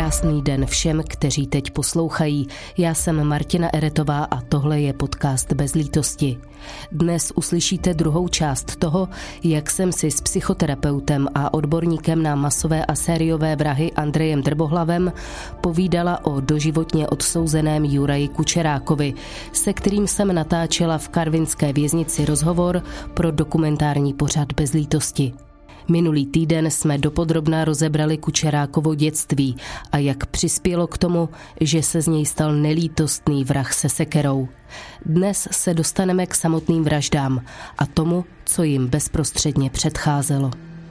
Krásný den všem, kteří teď poslouchají. Já jsem Martina Eretová a tohle je podcast Bez lítosti. Dnes uslyšíte druhou část toho, jak jsem si s psychoterapeutem a odborníkem na masové a sériové vrahy Andrejem Drbohlavem povídala o doživotně odsouzeném Juraji Kučerákovi, se kterým jsem natáčela v karvinské věznici rozhovor pro dokumentární pořad Bez lítosti. Minulý týden jsme dopodrobna rozebrali Kučerákovo dětství a jak přispělo k tomu, že se z něj stal nelítostný vrah se sekerou. Dnes se dostaneme k samotným vraždám a tomu, co jim bezprostředně předcházelo.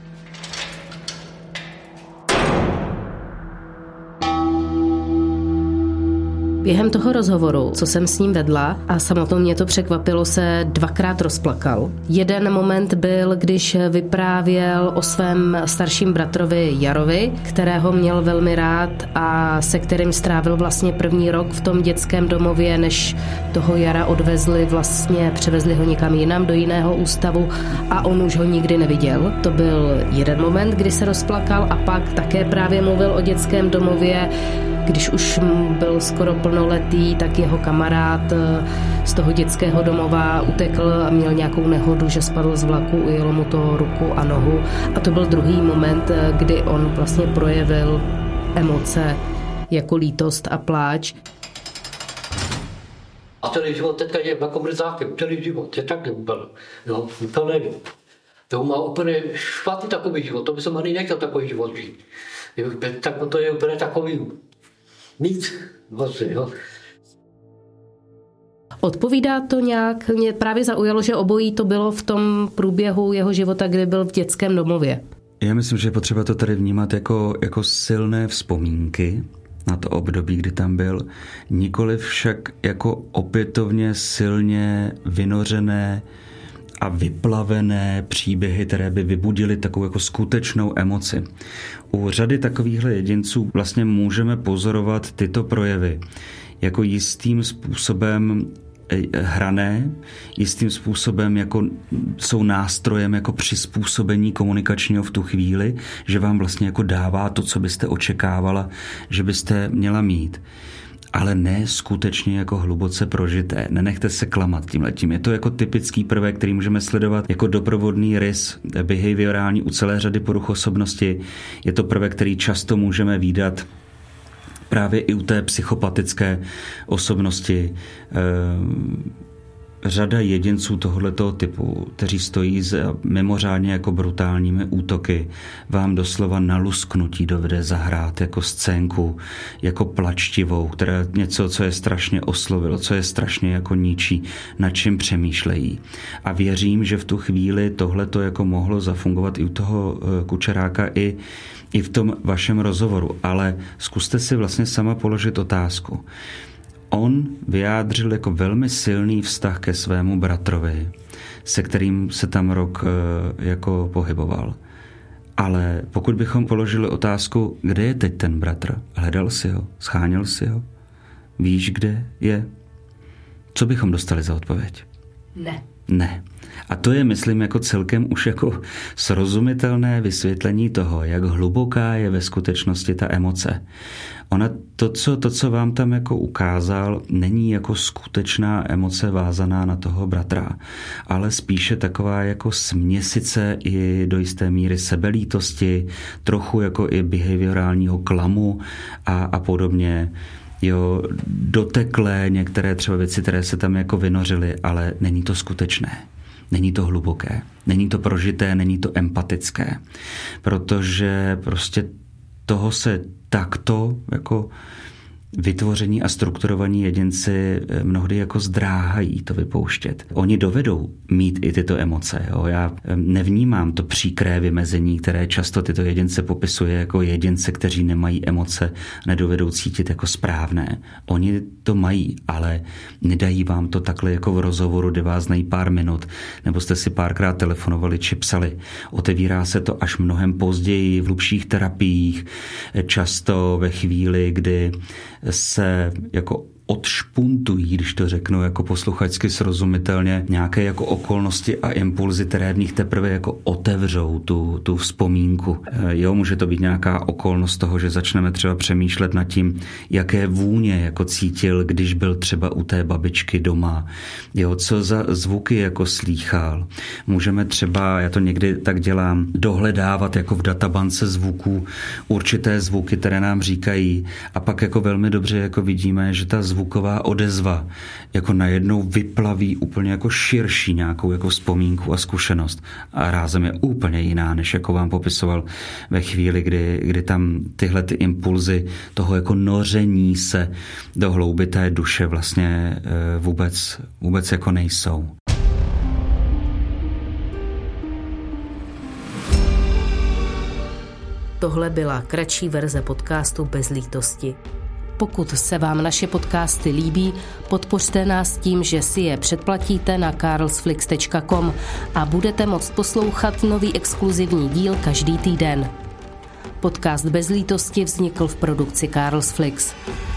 Během toho rozhovoru, co jsem s ním vedla, a samotnou mě to překvapilo, se dvakrát rozplakal. Jeden moment byl, když vyprávěl o svém starším bratrovi Jarovi, kterého měl velmi rád a se kterým strávil vlastně první rok v tom dětském domově, než toho Jara převezli ho někam jinam, do jiného ústavu a on už ho nikdy neviděl. To byl jeden moment, kdy se rozplakal a pak také právě mluvil o dětském domově. Když už byl skoro plnoletý, tak jeho kamarád z toho dětského domova utekl a měl nějakou nehodu, že spadl z vlaku, ujelo mu to ruku a nohu. A to byl druhý moment, kdy on vlastně projevil emoce jako lítost a pláč. A celý život teďka je jako mrzákem, celý život je taky úplně. To má úplně špatný takový život, to by jsem ani nechtěl takový život žít. Tak to je úplně takový. Nic vlastně, jo. Odpovídá to nějak? Mě právě zaujalo, že obojí to bylo v tom průběhu jeho života, kdy byl v dětském domově. Já myslím, že je potřeba to tady vnímat jako silné vzpomínky na to období, kdy tam byl. Nikoliv však jako opětovně silně vynořené a vyplavené příběhy, které by vybudily takovou jako skutečnou emoci. U řady takovýchhle jedinců vlastně můžeme pozorovat tyto projevy jako jistým způsobem hrané, jistým způsobem jako jsou nástrojem jako přizpůsobení komunikačního v tu chvíli, že vám vlastně jako dává to, co byste očekávala, že byste měla mít. Ale ne skutečně jako hluboce prožité. Nenechte se klamat tímhletím. Je to jako typický prvek, který můžeme sledovat jako doprovodný rys behaviorální u celé řady poruch osobnosti. Je to prvek, který často můžeme vídat právě i u té psychopatické osobnosti. Řada jedinců tohoto typu, kteří stojí za mimořádně jako brutálními útoky, vám doslova na lusknutí dovede zahrát jako scénku, jako plačtivou, která něco, co je strašně oslovilo, co je strašně jako ničí, nad čím přemýšlejí. A věřím, že v tu chvíli tohleto jako mohlo zafungovat i u toho Kučeráka, i v tom vašem rozhovoru. Ale zkuste si vlastně sama položit otázku. On vyjádřil jako velmi silný vztah ke svému bratrovi, se kterým se tam rok jako pohyboval. Ale pokud bychom položili otázku, kde je teď ten bratr? Hledal si ho? Scháněl si ho? Víš, kde je? Co bychom dostali za odpověď? Ne. A to je, myslím, jako celkem už jako srozumitelné vysvětlení toho, jak hluboká je ve skutečnosti ta emoce. Ona to, co vám tam jako ukázal, není jako skutečná emoce vázaná na toho bratra, ale spíše taková jako směsice i do jisté míry sebelítosti, trochu jako i behaviorálního klamu a podobně. Jo, doteklé některé třeba věci, které se tam jako vynořily, ale není to skutečné. Není to hluboké, není to prožité, není to empatické, protože prostě toho se takto jako vytvoření a strukturovaní jedinci mnohdy jako zdráhají to vypouštět. Oni dovedou mít i tyto emoce. Jo? Já nevnímám to příkré vymezení, které často tyto jedince popisuje jako jedince, kteří nemají emoce, nedovedou cítit jako správné. Oni to mají, ale nedají vám to takhle jako v rozhovoru, kde vás znají pár minut, nebo jste si párkrát telefonovali či psali. Otevírá se to až mnohem později v hlubších terapiích, často ve chvíli, kdy se jako odšpuntují, když to řeknu jako posluchačsky srozumitelně, nějaké jako okolnosti a impulzy, které v nich teprve jako otevřou tu vzpomínku. Jo, může to být nějaká okolnost toho, že začneme třeba přemýšlet nad tím, jaké vůně jako cítil, když byl třeba u té babičky doma. Jo, co za zvuky jako slýchal. Můžeme třeba, já to někdy tak dělám, dohledávat jako v databance zvuků určité zvuky, které nám říkají, a pak jako velmi dobře jako vidíme, že ta zvuková odezva jako najednou vyplaví úplně jako širší nějakou jako vzpomínku a zkušenost. A rázem je úplně jiná, než jako vám popisoval ve chvíli, kdy tam tyhle ty impulzy toho jako noření se do hlouby té duše vlastně vůbec jako nejsou. Tohle byla kratší verze podcastu Bez lítosti. Pokud se vám naše podcasty líbí, podpořte nás tím, že si je předplatíte na carlsflix.com a budete moct poslouchat nový exkluzivní díl každý týden. Podcast Bez lítosti vznikl v produkci Carlsflix.